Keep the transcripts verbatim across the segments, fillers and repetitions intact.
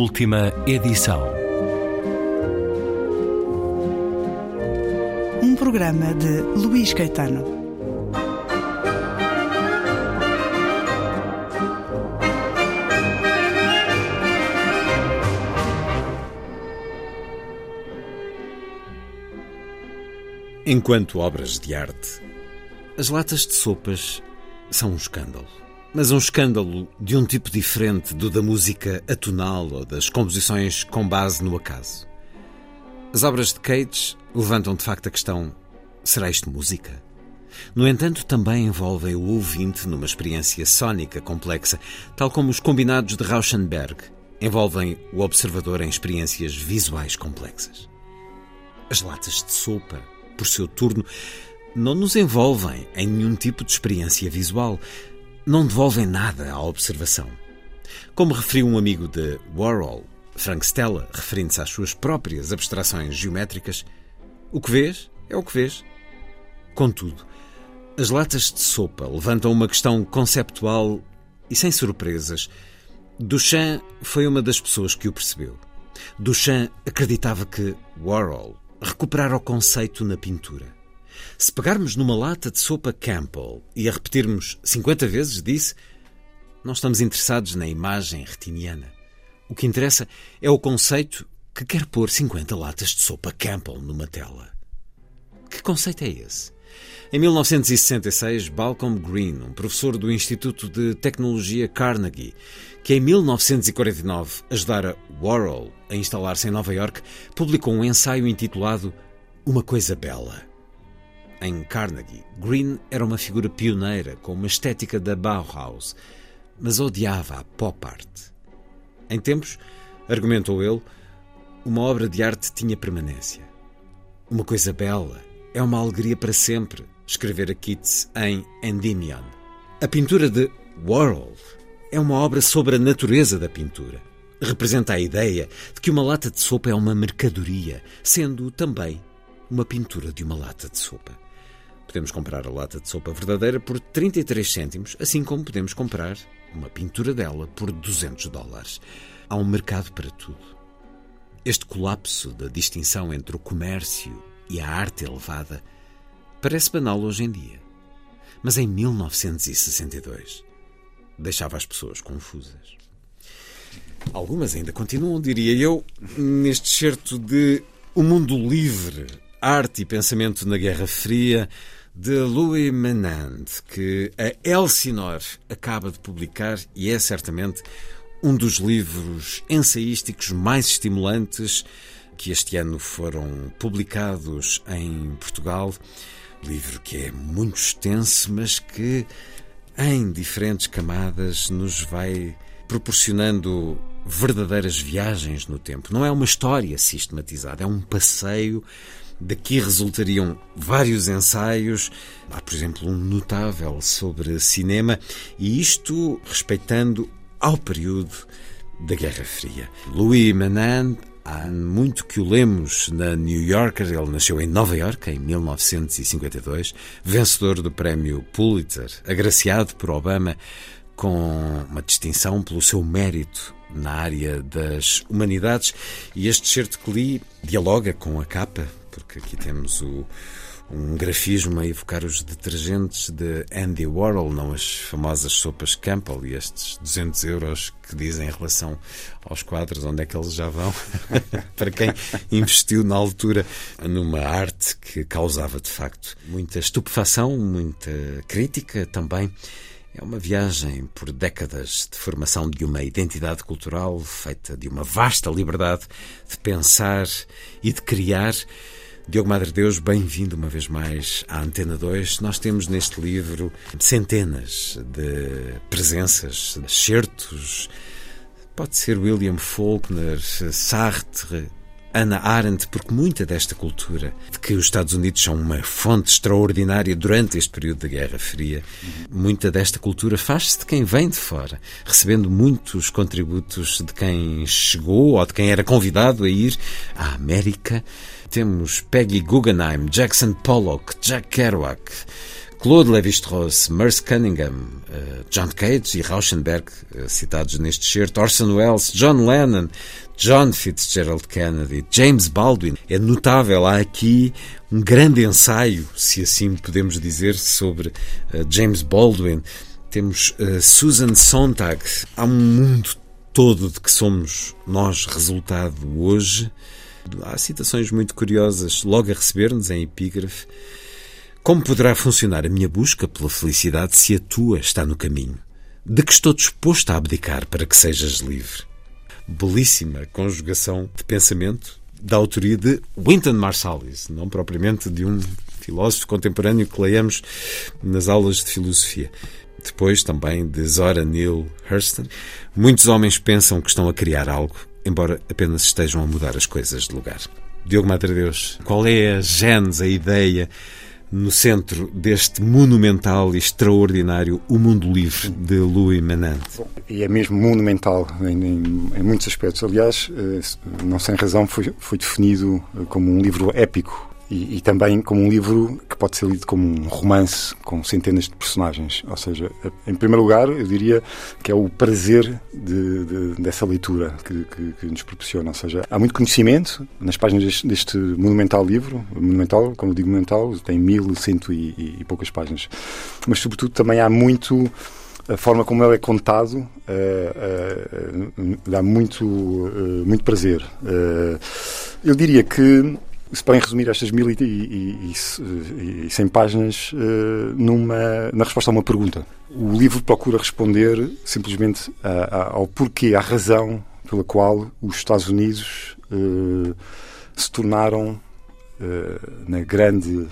Última edição. Um programa de Luís Caetano. Enquanto obras de arte, as latas de sopas são um escândalo. Mas um escândalo de um tipo diferente do da música atonal ou das composições com base no acaso. As obras de Cage levantam de facto a questão: será isto música? No entanto, também envolvem o ouvinte numa experiência sónica complexa, tal como os combinados de Rauschenberg envolvem o observador em experiências visuais complexas. As latas de sopa, por seu turno, não nos envolvem em nenhum tipo de experiência visual. Não devolvem nada à observação. Como referiu um amigo de Warhol, Frank Stella, referindo-se às suas próprias abstrações geométricas, o que vês é o que vês. Contudo, as latas de sopa levantam uma questão conceptual e sem surpresas. Duchamp foi uma das pessoas que o percebeu. Duchamp acreditava que Warhol recuperara o conceito na pintura. Se pegarmos numa lata de sopa Campbell e a repetirmos cinquenta vezes, disse, não estamos interessados na imagem retiniana. O que interessa é o conceito que quer pôr cinquenta latas de sopa Campbell numa tela. Que conceito é esse? Em mil novecentos e sessenta e seis, Malcolm Green, um professor do Instituto de Tecnologia Carnegie, que em mil novecentos e quarenta e nove ajudara Warhol a instalar-se em Nova Iorque, publicou um ensaio intitulado Uma Coisa Bela. Em Carnegie, Green era uma figura pioneira com uma estética da Bauhaus, mas odiava a pop art. Em tempos, argumentou ele, uma obra de arte tinha permanência. Uma coisa bela é uma alegria para sempre, escrevera Keats em Endymion. A pintura de Warhol é uma obra sobre a natureza da pintura. Representa a ideia de que uma lata de sopa é uma mercadoria, sendo também uma pintura de uma lata de sopa. Podemos comprar a lata de sopa verdadeira por trinta e três cêntimos, assim como podemos comprar uma pintura dela por duzentos dólares. Há um mercado para tudo. Este colapso da distinção entre o comércio e a arte elevada parece banal hoje em dia. Mas em mil novecentos e sessenta e dois deixava as pessoas confusas. Algumas ainda continuam, diria eu, neste certo de O Mundo Livre, Arte e Pensamento na Guerra Fria, de Louis Menand, que a Elsinore acaba de publicar e é certamente um dos livros ensaísticos mais estimulantes que este ano foram publicados em Portugal. Livro que é muito extenso, mas que em diferentes camadas nos vai proporcionando verdadeiras viagens no tempo. Não é uma história sistematizada, é um passeio. Daqui resultariam vários ensaios. Há, por exemplo, um notável sobre cinema, e isto respeitando ao período da Guerra Fria. Louis Menand, há muito que o lemos na New Yorker. Ele nasceu em Nova Iorque em mil novecentos e cinquenta e dois, vencedor do prémio Pulitzer, agraciado por Obama com uma distinção pelo seu mérito na área das humanidades. E este certo que li dialoga com a capa, porque aqui temos o, um grafismo a evocar os detergentes de Andy Warhol, não as famosas sopas Campbell, e estes duzentos euros que dizem em relação aos quadros, onde é que eles já vão, para quem investiu na altura numa arte que causava de facto muita estupefação, muita crítica também. É uma viagem por décadas de formação de uma identidade cultural feita de uma vasta liberdade de pensar e de criar. Diogo Madre Deus, bem-vindo uma vez mais à Antena dois. Nós temos neste livro centenas de presenças, excertos. Pode ser William Faulkner, Sartre, Hannah Arendt, porque muita desta cultura, de que os Estados Unidos são uma fonte extraordinária durante este período da Guerra Fria, muita desta cultura faz-se de quem vem de fora, recebendo muitos contributos de quem chegou ou de quem era convidado a ir à América. Temos Peggy Guggenheim, Jackson Pollock, Jack Kerouac, Claude Lévi-Strauss, Merce Cunningham, uh, John Cage e Rauschenberg, uh, citados neste excerto, Orson Welles, John Lennon, John Fitzgerald Kennedy, James Baldwin. É notável, há aqui um grande ensaio, se assim podemos dizer, sobre uh, James Baldwin. Temos uh, Susan Sontag. Há um mundo todo de que somos nós resultado hoje. Há citações muito curiosas logo a receber-nos em epígrafe. Como poderá funcionar a minha busca pela felicidade se a tua está no caminho? De que estou disposto a abdicar para que sejas livre? Belíssima conjugação de pensamento da autoria de Wynton Marsalis, não propriamente de um filósofo contemporâneo que leiamos nas aulas de filosofia. Depois também de Zora Neale Hurston. Muitos homens pensam que estão a criar algo, embora apenas estejam a mudar as coisas de lugar. Diogo Madredeus, qual é a gênese, a ideia no centro deste monumental e extraordinário O Mundo Livre de Louis Menand? E é mesmo monumental em, em, em muitos aspectos. Aliás, não sem razão, foi, foi definido como um livro épico. E, e também como um livro que pode ser lido como um romance com centenas de personagens. Ou seja, em primeiro lugar, eu diria que é o prazer de, de, dessa leitura que, que, que nos proporciona. Ou seja, há muito conhecimento nas páginas deste, deste monumental livro. Monumental, como eu digo monumental, tem mil cento e, e, e poucas páginas. Mas, sobretudo, também há muito... A forma como ele é contado uh, uh, dá muito, uh, muito prazer. Uh, eu diria que se podem resumir estas mil e cem páginas uh, numa, na resposta a uma pergunta. O livro procura responder simplesmente a, a, ao porquê, à razão pela qual os Estados Unidos uh, se tornaram uh, na grande uh,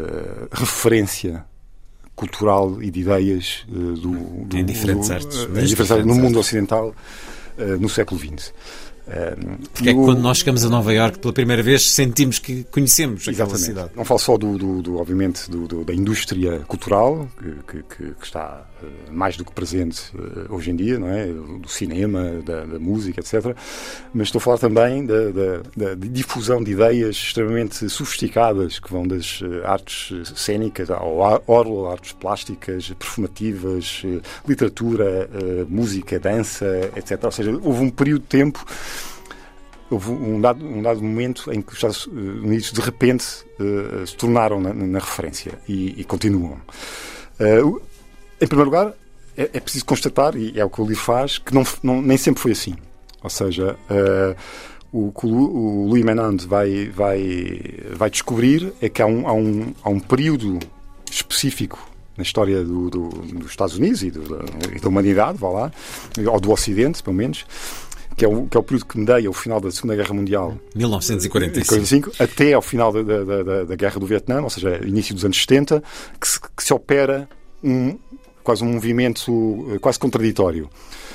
referência cultural e de ideias uh, do, do, em diferentes do, artes, uh, em diferentes artes no mundo ocidental uh, no século vinte. Um, Porque é que quando nós chegamos a Nova Iorque pela primeira vez sentimos que conhecemos aquela exatamente. cidade? Não falo só do, do, do obviamente do, do, da indústria cultural que, que, que está uh, mais do que presente uh, hoje em dia, não é? Do cinema, da, da música, etcétera. Mas estou a falar também da, da, da difusão de ideias extremamente sofisticadas que vão das uh, artes cênicas ao oral, artes plásticas, perfumativas, uh, literatura, uh, música, dança, etcétera. Ou seja, houve um período de tempo. Houve um dado, um dado momento em que os Estados Unidos, de repente, uh, se tornaram na, na referência e, e continuam. Uh, em primeiro lugar, é, é preciso constatar, e é o que o livro faz, que não, não, nem sempre foi assim. Ou seja, uh, o que o Louis Menand vai, vai, vai descobrir é que há um, há um, há um período específico na história do, do, dos Estados Unidos e, do, e da humanidade, vá lá, ou do Ocidente, pelo menos, que é, o, que é o período que medeia o final da Segunda Guerra Mundial, mil novecentos e quarenta e cinco, até ao final da, da, da, da Guerra do Vietnã, ou seja, início dos anos setenta, que se, que se opera um, quase um movimento quase contraditório.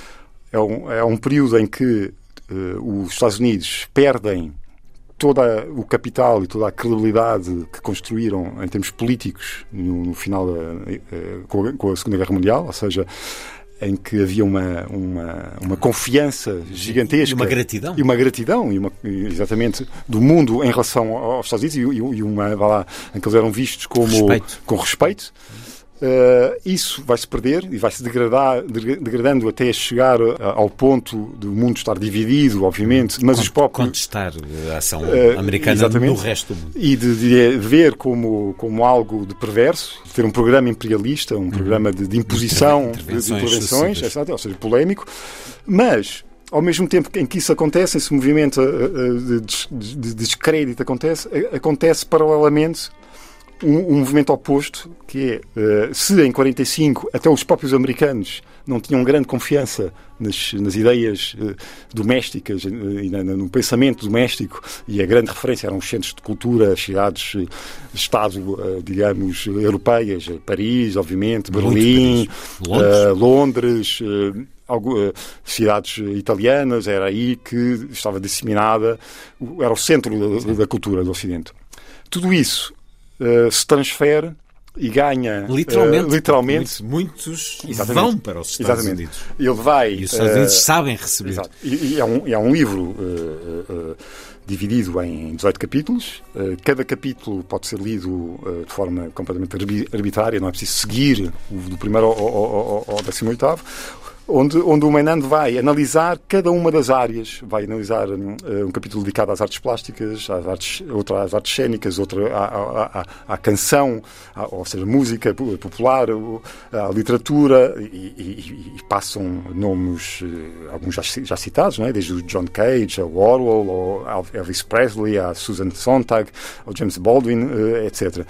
É um, é um período em que uh, os Estados Unidos perdem todo o capital e toda a credibilidade que construíram em termos políticos no, no final da, uh, com, a, com a Segunda Guerra Mundial, ou seja, em que havia uma, uma, uma confiança gigantesca. E uma gratidão. E uma gratidão, e uma, exatamente, do mundo em relação aos Estados Unidos, e, e uma, vá lá, em que eles eram vistos como, respeito. com respeito. Uh, isso vai-se perder e vai-se degradar, degradando até chegar ao ponto do mundo estar dividido, obviamente, mas Con- os próprios... contestar a ação uh, americana no resto do mundo. E de, de ver como, como algo de perverso, de ter um programa imperialista, um uhum. programa de, de imposição, Intervenções, de intervenções, exato, ou seja, polémico, mas... Ao mesmo tempo em que isso acontece, esse movimento de, de, de descrédito acontece, acontece paralelamente Um, um movimento oposto, que é, uh, se em quarenta e cinco até os próprios americanos não tinham grande confiança nas, nas ideias uh, domésticas uh, e na, no pensamento doméstico, e a grande referência eram os centros de cultura, as cidades uh, Estado, uh, digamos, europeias, Paris, obviamente, Berlim, Londres, uh, Londres uh, algo, uh, cidades italianas, era aí que estava disseminada, era o centro da, da cultura do Ocidente. Tudo isso Uh, se transfere e ganha literalmente, uh, literalmente muitos, muitos vão para os Estados exatamente. Unidos. Ele vai, e os Estados Unidos uh, sabem receber. Exato. E, e é, um, é um livro uh, uh, dividido em dezoito capítulos. Cada capítulo pode ser lido de forma completamente arbitrária, não é preciso seguir o do primeiro ao, ao, ao, ao décimo oitavo. Onde, onde o Menand vai analisar cada uma das áreas, vai analisar um, um capítulo dedicado às artes plásticas, às artes, outro às artes cênicas, outro à, à, à, à canção, à, ou seja, música popular, à literatura, e, e, e passam nomes, alguns já, já citados, não é? Desde o John Cage, ao Orwell, ao Elvis Presley, a Susan Sontag, ao James Baldwin, etcétera.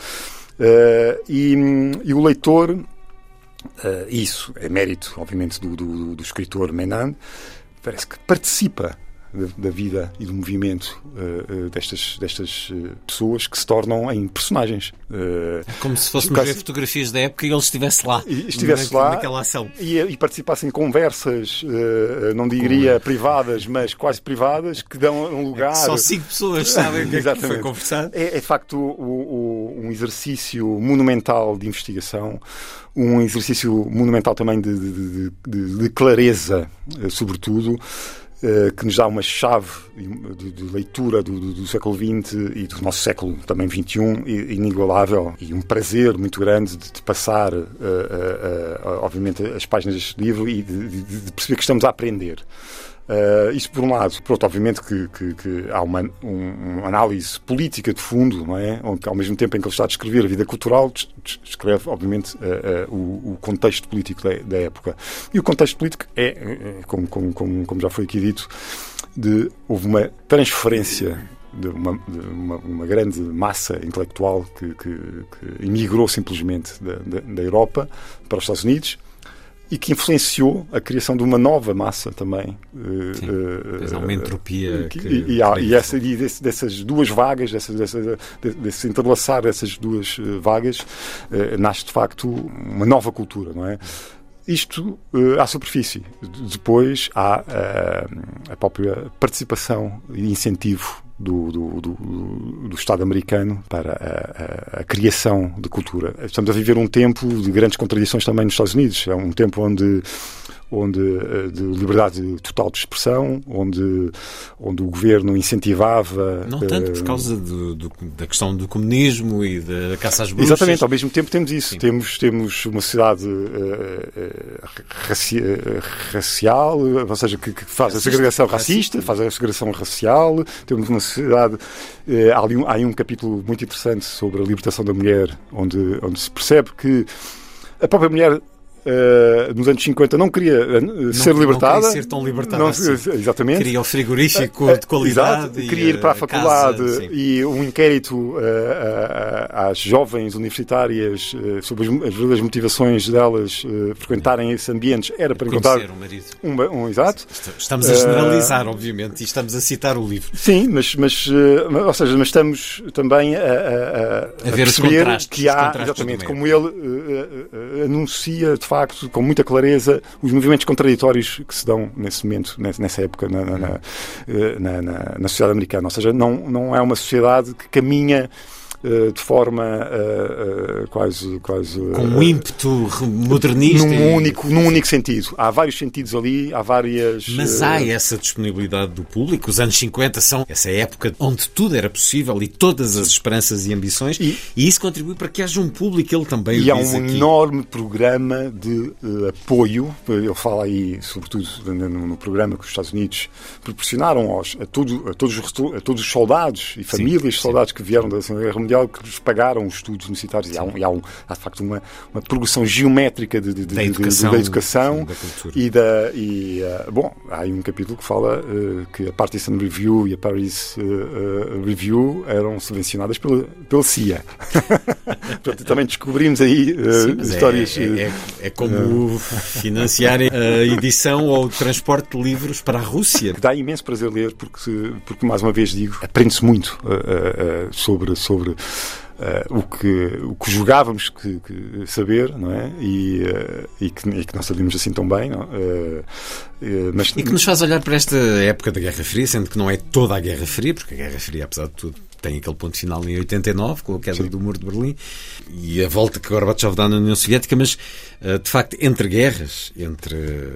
Uh, e, e o leitor... Uh, isso é mérito, obviamente, do, do, do escritor Menand, parece que participa da, da vida e do movimento uh, uh, destas, destas uh, pessoas que se tornam em personagens. Uh, é como se fôssemos ver fotografias da época e ele estivesse lá, estivesse na, lá naquela ação. E, e participasse em conversas, uh, não diria Com... privadas, mas quase privadas, que dão um lugar... É só cinco pessoas sabem o que, é que foi conversado. É, é de facto o, o, um exercício monumental de investigação, um exercício monumental também de, de, de, de clareza, sobretudo, que nos dá uma chave de, de leitura do, do, do século vinte e do nosso século também vinte e um inigualável, e um prazer muito grande de, de passar, uh, uh, uh, obviamente, as páginas deste livro e de, de, de perceber que estamos a aprender. Uh, isso por um lado. Por outro, obviamente que, que, que há uma, um, uma análise política de fundo, não é? Onde, ao mesmo tempo em que ele está a descrever a vida cultural, descreve, obviamente, uh, uh, o, o contexto político da, da época. E o contexto político é, uh, como, como, como, como já foi aqui dito, de, houve uma transferência de uma, de uma, uma grande massa intelectual que, que, que emigrou simplesmente da, da, da Europa para os Estados Unidos, e que influenciou a criação de uma nova massa também. Sim, uh, há uma entropia. Que, que, e, e, há, e, essa, e desse, dessas duas vagas, dessas, dessa, desse entrelaçar dessas duas vagas, uh, nasce de facto uma nova cultura, não é? Isto uh, à superfície. Depois há uh, a própria participação e incentivo Do, do, do, do Estado americano para a, a, a criação de cultura. Estamos a viver um tempo de grandes contradições também nos Estados Unidos. É um tempo onde, onde de liberdade total de expressão, onde, onde o governo incentivava... Não tanto por causa do, do, da questão do comunismo e da caça às bruxas. Exatamente, ao mesmo tempo temos isso. Temos, temos uma sociedade uh, raci, racial, ou seja, que, que faz racista, a segregação racista, racista, faz a segregação racial. Temos uma sociedade... Uh, há, ali um, há aí um capítulo muito interessante sobre a libertação da mulher, onde, onde se percebe que a própria mulher... Uh, nos anos cinquenta não queria uh, não, ser libertada. Não queria ser tão libertada não, assim. Exatamente. Queria o frigorífico uh, de qualidade. Exato. Queria ir para a faculdade casa, e um inquérito uh, uh, às jovens universitárias uh, sobre as, as verdadeiras motivações delas uh, frequentarem esses ambientes era para encontrar um marido. Um, um, exato. Estamos a generalizar, uh, obviamente, e estamos a citar o livro. Sim, mas, mas, uh, ou seja, mas estamos também a, a, a, a ver perceber os contrastes, que há, os exatamente, como ele uh, uh, anuncia de facto, com muita clareza, os movimentos contraditórios que se dão nesse momento, nessa época, na, na, na, na, na sociedade americana. Ou seja, não, não é uma sociedade que caminha uh, de forma uh, uh, quase, quase... Com um ímpeto modernista. Num, e... único, num único sentido. Há vários sentidos ali, há várias... Mas há essa disponibilidade do público. Os anos cinquenta são essa época onde tudo era possível e todas as esperanças e ambições, e, e isso contribui para que haja um público, ele também e o há diz um aqui. Enorme programa de uh, apoio. Ele fala aí, sobretudo, no, no programa que os Estados Unidos proporcionaram aos, a, todo, a, todos os, a todos os soldados e famílias sim, de soldados sim. que vieram da Segunda Guerra Mundial, que lhes pagaram os estudos universitários. E há, um, e há, um, há, de facto, uma, uma progressão geométrica de, de, de, da educação, de, de, da educação sim, da cultura. E da... E, uh, bom, há aí um capítulo que fala uh, que a Partisan Review e a Paris uh, uh, Review eram subvencionadas pela, pela C I A. Portanto, também descobrimos aí uh, sim, histórias... É, é, é como uh, financiar a edição ou o transporte de livros para a Rússia. Dá imenso prazer ler, porque, porque mais uma vez digo, aprende-se muito uh, uh, sobre... sobre Uh, o, que, o que julgávamos que, que saber, não é? E, uh, e, que, e que não sabíamos assim tão bem, não? Uh, Mas... E que nos faz olhar para esta época da Guerra Fria, sendo que não é toda a Guerra Fria, porque a Guerra Fria, apesar de tudo, tem aquele ponto final em oitenta e nove, com a queda Sim. do Muro de Berlim e a volta que Gorbachev dá na União Soviética, mas, de facto, entre guerras, entre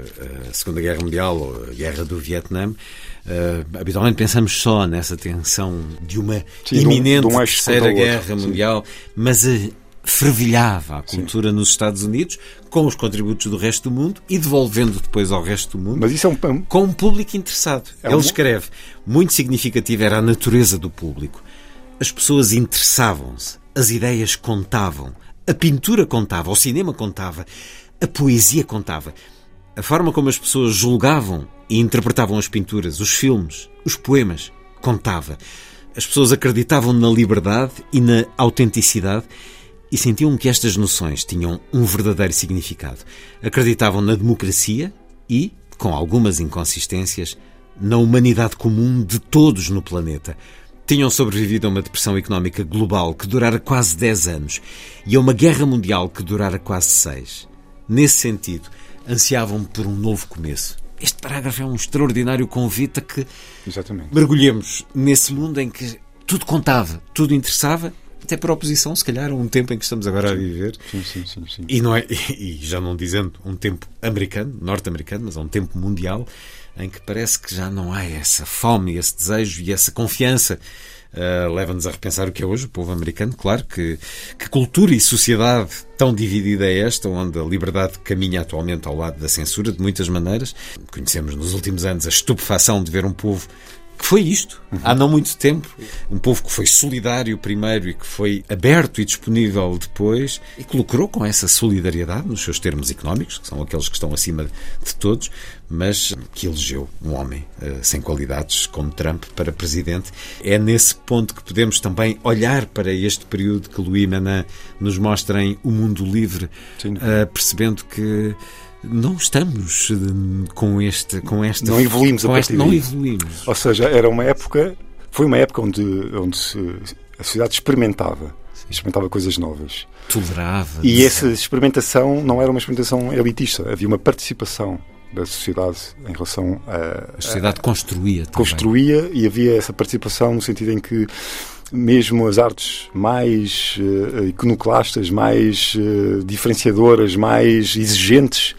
a Segunda Guerra Mundial ou a Guerra do Vietnã, Uh, habitualmente pensamos só nessa tensão de uma Sim, iminente de um, de um Terceira Guerra Mundial, Sim. mas uh, fervilhava a cultura Sim. nos Estados Unidos com os contributos do resto do mundo e devolvendo depois ao resto do mundo, mas isso é um... com um público interessado. É Ele um... escreve, muito significativa era a natureza do público. As pessoas interessavam-se, as ideias contavam, a pintura contava, o cinema contava, a poesia contava. A forma como as pessoas julgavam e interpretavam as pinturas, os filmes, os poemas, contava. As pessoas acreditavam na liberdade e na autenticidade e sentiam que estas noções tinham um verdadeiro significado. Acreditavam na democracia e, com algumas inconsistências, na humanidade comum de todos no planeta. Tinham sobrevivido a uma depressão económica global que durara quase dez anos e a uma guerra mundial que durara quase seis. Nesse sentido, ansiavam por um novo começo. Este parágrafo é um extraordinário convite a que Exatamente. mergulhemos nesse mundo em que tudo contava, tudo interessava, até por oposição, se calhar, a um tempo em que estamos agora sim. a viver. Sim, sim, sim, sim. E, não é, e já não dizendo um tempo americano, norte-americano, mas a um tempo mundial, em que parece que já não há essa fome, esse desejo e essa confiança. Uh, leva-nos a repensar o que é hoje o povo americano. Claro que, que cultura e sociedade tão dividida é esta, onde a liberdade caminha atualmente ao lado da censura de muitas maneiras. Conhecemos nos últimos anos a estupefação de ver um povo que foi isto, uhum. há não muito tempo, um povo que foi solidário primeiro e que foi aberto e disponível depois e que lucrou com essa solidariedade nos seus termos económicos, que são aqueles que estão acima de todos, mas que elegeu um homem uh, sem qualidades como Trump para presidente. É nesse ponto que podemos também olhar para este período que Louis Menand nos mostra em O Mundo Livre, uh, percebendo que não estamos com este, com esta, não evoluímos com a este, partir não daí. evoluímos. Ou seja, era uma época, foi uma época onde, onde se, a sociedade experimentava, Sim. experimentava coisas novas, tolerava. E essa experimentação não era uma experimentação elitista, havia uma participação da sociedade em relação a... A sociedade a, construía também. Construía e havia essa participação no sentido em que mesmo as artes mais uh, iconoclastas, mais uh, diferenciadoras, mais exigentes,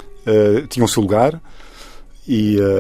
uh, tinham o seu lugar e uh,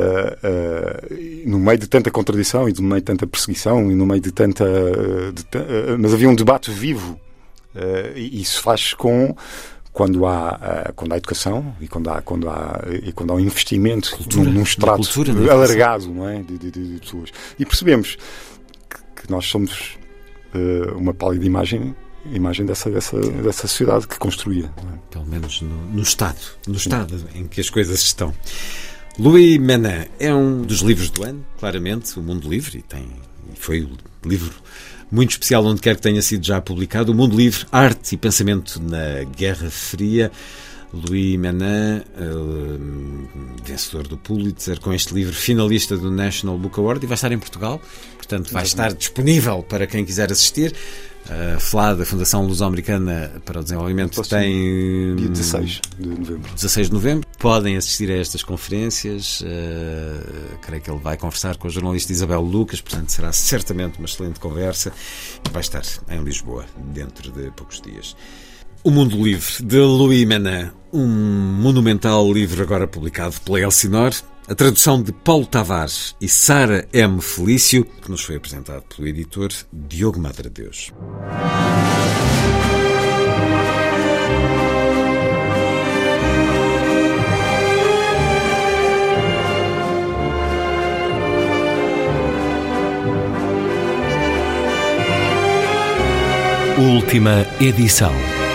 uh, no meio de tanta contradição e no meio de tanta perseguição e no meio de tanta... Uh, de, uh, mas havia um debate vivo uh, e isso faz com... Quando há, uh, quando há educação e quando há, quando há, e quando há um investimento cultura, num, num extrato cultura, alargado, não é? de, de, de pessoas. E percebemos que, que nós somos uh, uma pálida imagem, imagem dessa, dessa, dessa sociedade que construía. Não é? Pelo menos no, no estado, no estado em que as coisas estão. Louis Menand é um dos livros do ano, claramente, O Mundo Livre, e tem, foi o livro muito especial onde quer que tenha sido já publicado. O Mundo Livre, Arte e Pensamento na Guerra Fria. Louis Menand, uh, vencedor do Pulitzer, com este livro, finalista do National Book Award, e vai estar em Portugal, portanto vai estar disponível para quem quiser assistir. A F L A D, a Fundação Luso-Americana para o Desenvolvimento, tem dia dezasseis de novembro. dezasseis de novembro. Podem assistir a estas conferências. Uh, creio que ele vai conversar com a jornalista Isabel Lucas, portanto será certamente uma excelente conversa. Vai estar em Lisboa dentro de poucos dias. O Mundo Livre, de Louis Menand, um monumental livro agora publicado pela Elsinor. A tradução de Paulo Tavares e Sara M. Felício, que nos foi apresentado pelo editor Diogo Madre Deus. Última edição.